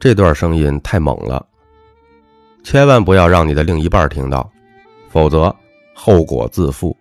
这段声音太猛了，千万不要让你的另一半听到，否则后果自负。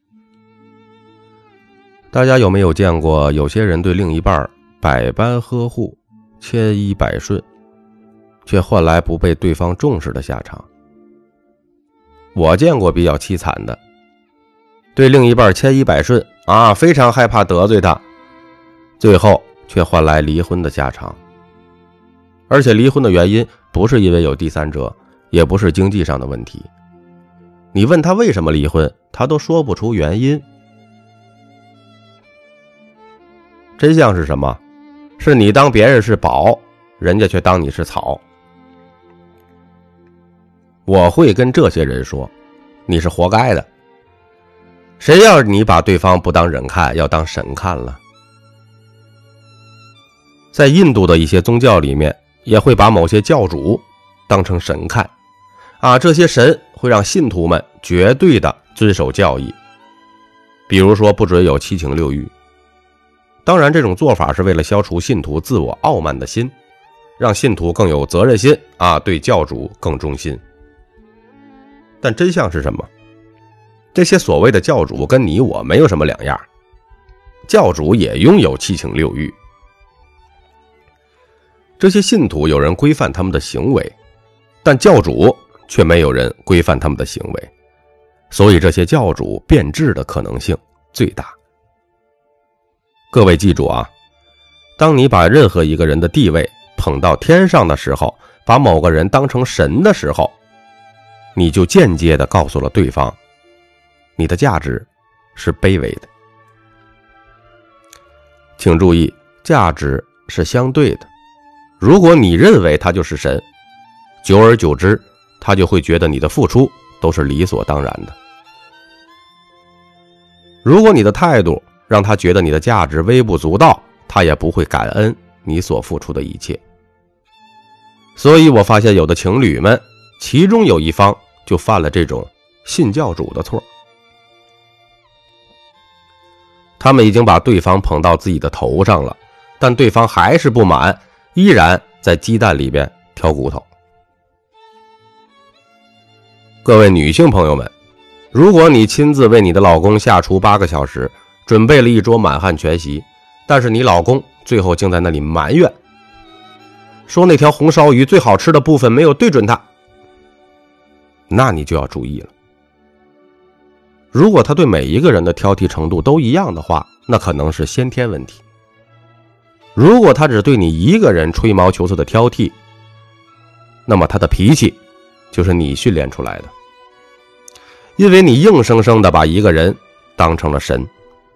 大家有没有见过有些人对另一半百般呵护，千依百顺，却换来不被对方重视的下场？我见过比较凄惨的，对另一半千依百顺非常害怕得罪他，最后却换来离婚的下场。而且离婚的原因不是因为有第三者，也不是经济上的问题。你问他为什么离婚，他都说不出原因。真相是什么？是你当别人是宝，人家却当你是草。我会跟这些人说，你是活该的。谁要你把对方不当人看，要当神看了？在印度的一些宗教里面，也会把某些教主当成神看这些神会让信徒们绝对的遵守教义，比如说不准有七情六欲。当然这种做法是为了消除信徒自我傲慢的心，让信徒更有责任心对教主更忠心。但真相是什么？这些所谓的教主跟你我没有什么两样，教主也拥有七情六欲。这些信徒有人规范他们的行为，但教主却没有人规范他们的行为，所以这些教主变质的可能性最大。各位记住当你把任何一个人的地位捧到天上的时候，把某个人当成神的时候，你就间接地告诉了对方，你的价值是卑微的。请注意，价值是相对的。如果你认为他就是神，久而久之，他就会觉得你的付出都是理所当然的。如果你的态度让他觉得你的价值微不足道，他也不会感恩你所付出的一切。所以我发现有的情侣们，其中有一方就犯了这种信教主的错。他们已经把对方捧到自己的头上了，但对方还是不满，依然在鸡蛋里边挑骨头。各位女性朋友们，如果你亲自为你的老公下厨8个小时，准备了一桌满汉全席，但是你老公最后竟在那里埋怨，说那条红烧鱼最好吃的部分没有对准他，那你就要注意了。如果他对每一个人的挑剔程度都一样的话，那可能是先天问题。如果他只对你一个人吹毛求疵的挑剔，那么他的脾气就是你训练出来的，因为你硬生生的把一个人当成了神。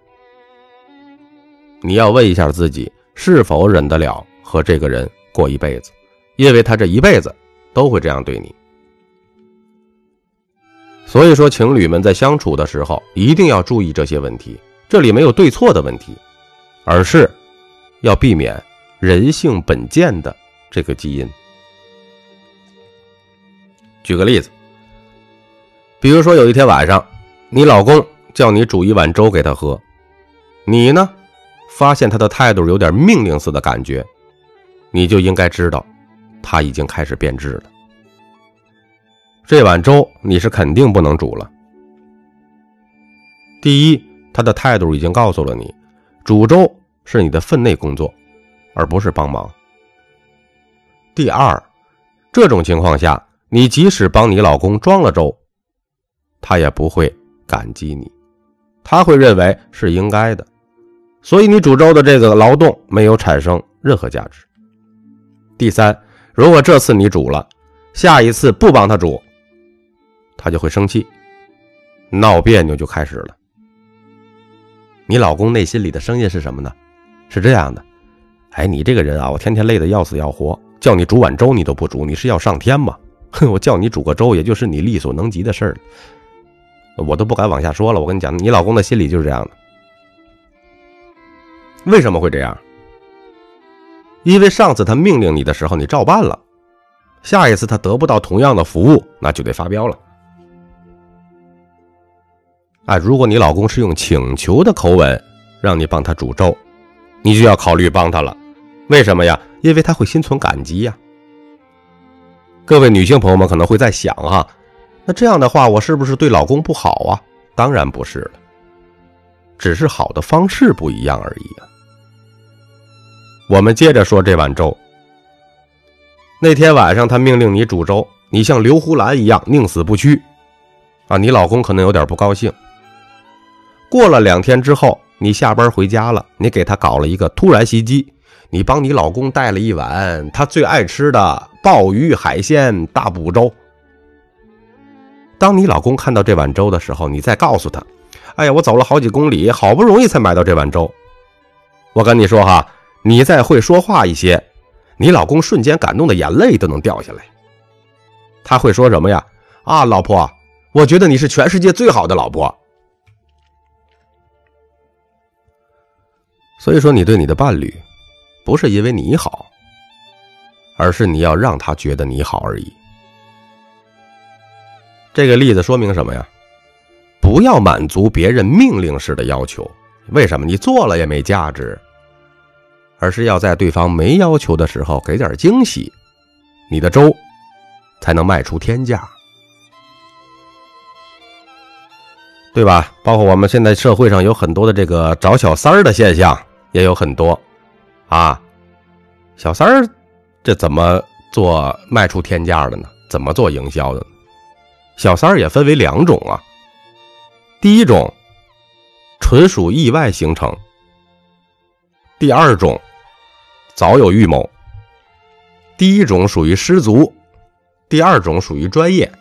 你要问一下自己，是否忍得了和这个人过一辈子，因为他这一辈子都会这样对你。所以说情侣们在相处的时候一定要注意这些问题，这里没有对错的问题，而是要避免人性本贱的这个基因。举个例子，比如说有一天晚上，你老公叫你煮一碗粥给他喝，你呢发现他的态度有点命令似的感觉，你就应该知道他已经开始变质了。这碗粥你是肯定不能煮了。第一，他的态度已经告诉了你，煮粥是你的分内工作，而不是帮忙。第二，这种情况下，你即使帮你老公装了粥，他也不会感激你，他会认为是应该的，所以你煮粥的这个劳动没有产生任何价值。第三，如果这次你煮了，下一次不帮他煮，他就会生气，闹别扭就开始了。你老公内心里的声音是什么呢？是这样的，你这个人我天天累得要死要活，叫你煮碗粥你都不煮，你是要上天吗？我叫你煮个粥也就是你力所能及的事儿，我都不敢往下说了。我跟你讲，你老公的心里就是这样的。为什么会这样？因为上次他命令你的时候你照办了，下一次他得不到同样的服务，那就得发飙了。如果你老公是用请求的口吻让你帮他煮粥，你就要考虑帮他了。为什么呀？因为他会心存感激呀， 各位女性朋友们可能会在想哈，那这样的话我是不是对老公不好啊？当然不是了，只是好的方式不一样而已啊。我们接着说这碗粥。那天晚上他命令你煮粥，你像刘胡兰一样宁死不屈啊，你老公可能有点不高兴。过了2天之后，你下班回家了，你给他搞了一个突然袭击，你帮你老公带了一碗他最爱吃的鲍鱼海鲜大补粥。当你老公看到这碗粥的时候，你再告诉他，哎呀，我走了好几公里，好不容易才买到这碗粥。我跟你说哈，你再会说话一些，你老公瞬间感动的眼泪都能掉下来。他会说什么呀？啊，老婆，我觉得你是全世界最好的老婆。所以说你对你的伴侣不是因为你好，而是你要让他觉得你好而已。这个例子说明什么呀？不要满足别人命令式的要求，为什么？你做了也没价值，而是要在对方没要求的时候给点惊喜，你的粥才能卖出天价，对吧？包括我们现在社会上有很多的这个找小三儿的现象也有很多啊。小三儿这怎么做卖出天价的呢？怎么做营销的呢？小三儿也分为2种啊。第一种纯属意外形成，第二种早有预谋。第一种属于失足，第二种属于专业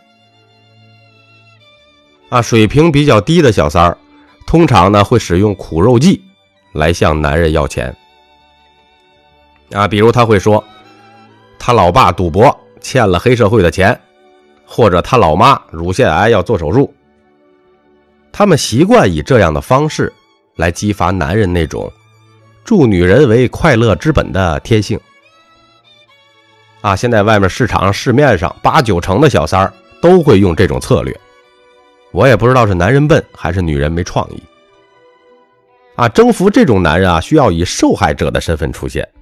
啊。水平比较低的小三儿通常呢会使用苦肉计来向男人要钱啊。比如他会说他老爸赌博欠了黑社会的钱，或者他老妈乳腺癌要做手术。他们习惯以这样的方式来激发男人那种助女人为快乐之本的天性啊。现在外面市面上8、9成的小三儿都会用这种策略，我也不知道是男人笨还是女人没创意啊。征服这种男人啊，需要以受害者的身份出现。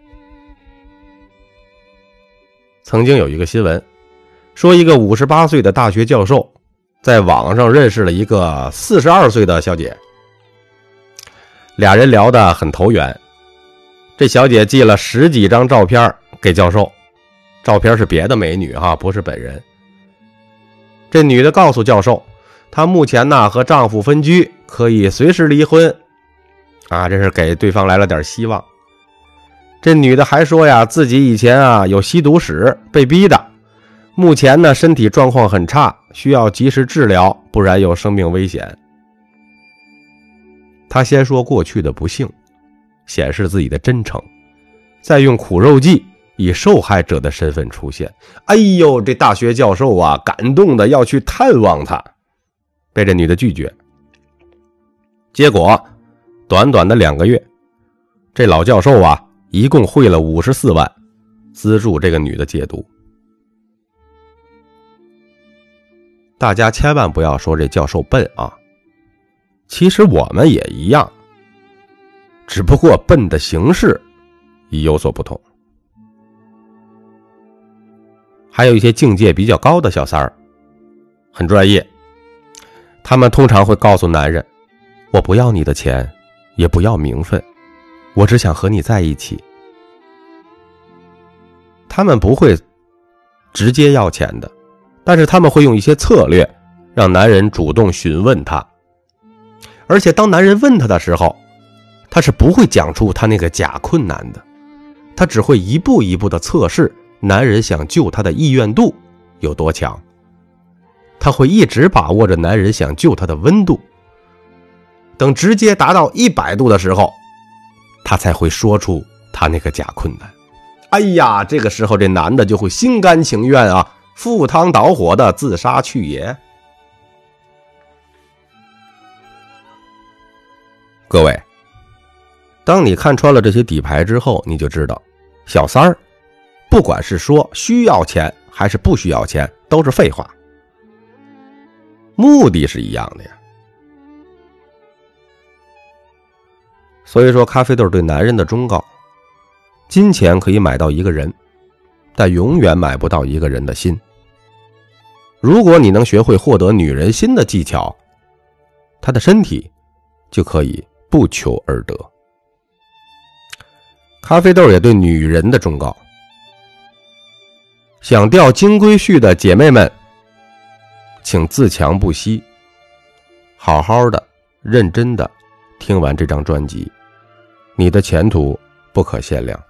曾经有一个新闻说，一个58岁的大学教授在网上认识了一个42岁的小姐，俩人聊得很投缘。这小姐寄了10几张照片给教授，照片是别的美女哈，不是本人。这女的告诉教授，她目前呢和丈夫分居，可以随时离婚啊，这是给对方来了点希望。这女的还说呀，自己以前啊有吸毒史，被逼的，目前呢身体状况很差，需要及时治疗，不然有生命危险。她先说过去的不幸，显示自己的真诚，再用苦肉计以受害者的身份出现。哎呦，这大学教授啊感动的要去探望她，被这女的拒绝。结果短短的2个月，这老教授啊一共汇了54万资助这个女的戒毒。大家千万不要说这教授笨啊，其实我们也一样，只不过笨的形式已有所不同。还有一些境界比较高的小三儿很专业，他们通常会告诉男人，我不要你的钱，也不要名分，我只想和你在一起。他们不会直接要钱的，但是他们会用一些策略让男人主动询问他。而且当男人问他的时候，他是不会讲出他那个假困难的，他只会一步一步的测试男人想救他的意愿度有多强。他会一直把握着男人想救他的温度，等直接达到100度的时候，他才会说出他那个假困难。哎呀，这个时候这男的就会心甘情愿啊，赴汤蹈火的自杀去也。各位，当你看穿了这些底牌之后，你就知道小三儿不管是说需要钱还是不需要钱都是废话，目的是一样的呀。所以说咖啡豆对男人的忠告，金钱可以买到一个人，但永远买不到一个人的心。 如果你能学会获得女人心的技巧，她的身体就可以不求而得。咖啡豆也对女人的忠告：想钓金龟婿的姐妹们，请自强不息，好好的认真的听完这张专辑，你的前途不可限量。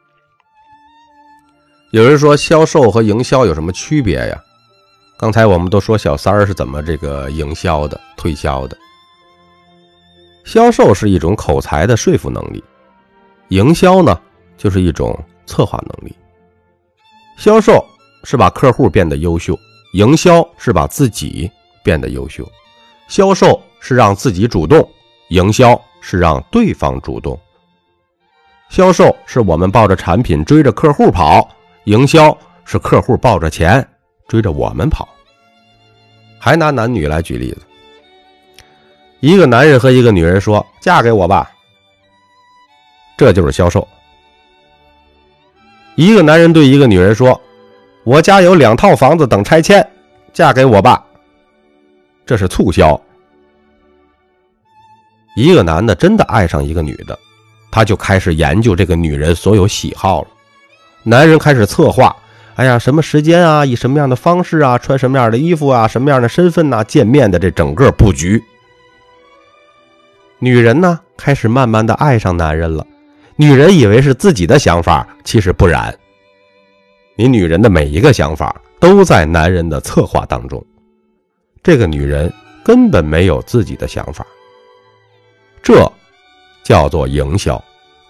有人说销售和营销有什么区别呀？刚才我们都说小三儿是怎么这个营销的、推销的。销售是一种口才的说服能力，营销呢就是一种策划能力。销售是把客户变得优秀，营销是把自己变得优秀。销售是让自己主动，营销是让对方主动。销售是我们抱着产品追着客户跑，营销是客户抱着钱追着我们跑。还拿男女来举例子，一个男人和一个女人说嫁给我吧，这就是销售。一个男人对一个女人说我家有2套房子等拆迁，嫁给我吧，这是促销。一个男的真的爱上一个女的，他就开始研究这个女人所有喜好了。男人开始策划，哎呀，什么时间啊，以什么样的方式啊，穿什么样的衣服啊，什么样的身份啊，见面的这整个布局。女人呢，开始慢慢的爱上男人了。女人以为是自己的想法，其实不然。你女人的每一个想法都在男人的策划当中，这个女人根本没有自己的想法，这叫做营销。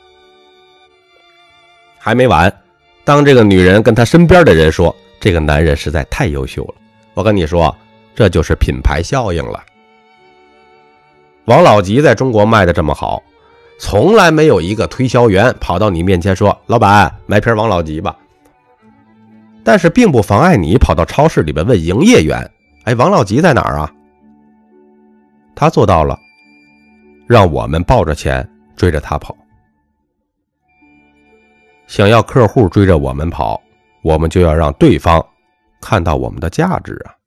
还没完，当这个女人跟她身边的人说这个男人实在太优秀了，我跟你说，这就是品牌效应了。王老吉在中国卖的这么好，从来没有一个推销员跑到你面前说老板买瓶王老吉吧，但是并不妨碍你跑到超市里边问营业员，哎，王老吉在哪儿啊？他做到了，让我们抱着钱追着他跑。想要客户追着我们跑，我们就要让对方看到我们的价值啊。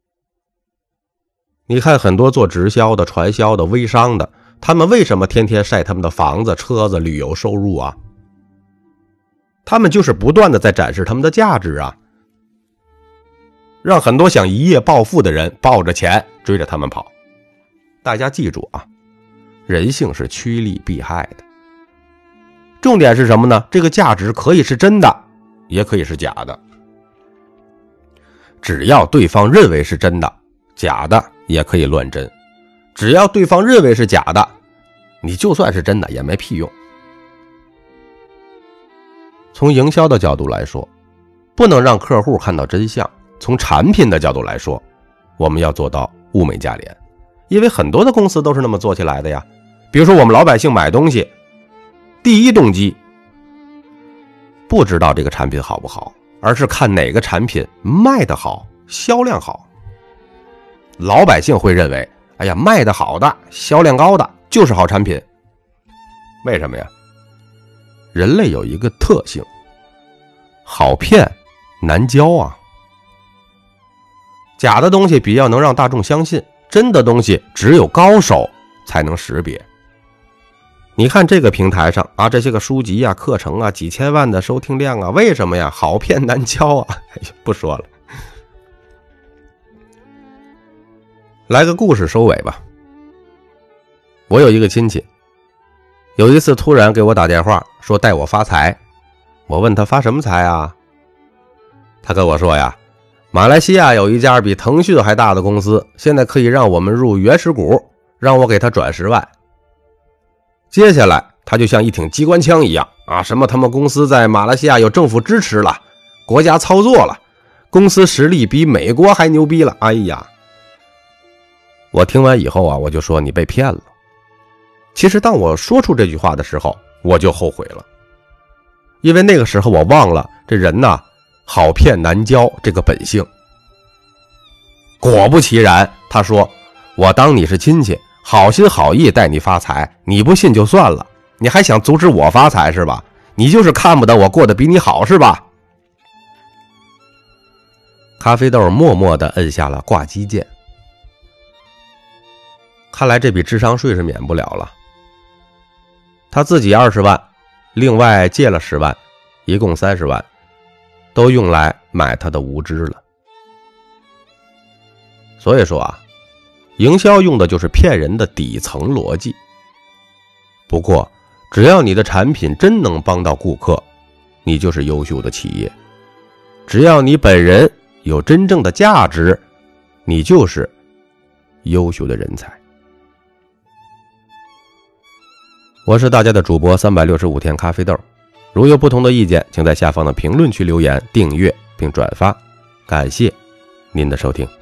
你看很多做直销的、传销的、微商的，他们为什么天天晒他们的房子、车子、旅游收入啊？他们就是不断的在展示他们的价值啊，让很多想一夜暴富的人抱着钱追着他们跑。大家记住啊，人性是趋利避害的。重点是什么呢？这个价值可以是真的，也可以是假的。只要对方认为是真的，假的也可以乱真。只要对方认为是假的，你就算是真的也没屁用。从营销的角度来说，不能让客户看到真相。从产品的角度来说，我们要做到物美价廉，因为很多的公司都是那么做起来的呀。比如说我们老百姓买东西，第一动机不知道这个产品好不好，而是看哪个产品卖得好，销量好。老百姓会认为，哎呀，卖得好的，销量高的就是好产品。为什么呀？人类有一个特性，好骗难教啊。假的东西比较能让大众相信，真的东西只有高手才能识别。你看这个平台上啊，这些个书籍啊、课程啊，几千万的收听量啊，为什么呀？好骗难教啊！不说了，来个故事收尾吧。我有一个亲戚，有一次突然给我打电话说带我发财，我问他发什么财啊？他跟我说呀，马来西亚有一家比腾讯还大的公司，现在可以让我们入原始股，让我给他转10万。接下来他就像一挺机关枪一样啊，什么他们公司在马来西亚有政府支持了，国家操作了，公司实力比美国还牛逼了。哎呀，我听完以后啊，我就说你被骗了。其实当我说出这句话的时候，我就后悔了，因为那个时候我忘了这人呐，好骗难教这个本性。果不其然，他说我当你是亲戚，好心好意带你发财，你不信就算了，你还想阻止我发财是吧？你就是看不得我过得比你好是吧？ 咖啡豆默默地摁下了挂机键。看来这笔智商税是免不了了。他自己20万，另外借了10万，一共30万，都用来买他的无知了。所以说啊，营销用的就是骗人的底层逻辑。不过，只要你的产品真能帮到顾客，你就是优秀的企业。只要你本人有真正的价值，你就是优秀的人才。我是大家的主播365天咖啡豆，如有不同的意见，请在下方的评论区留言、订阅并转发。感谢您的收听。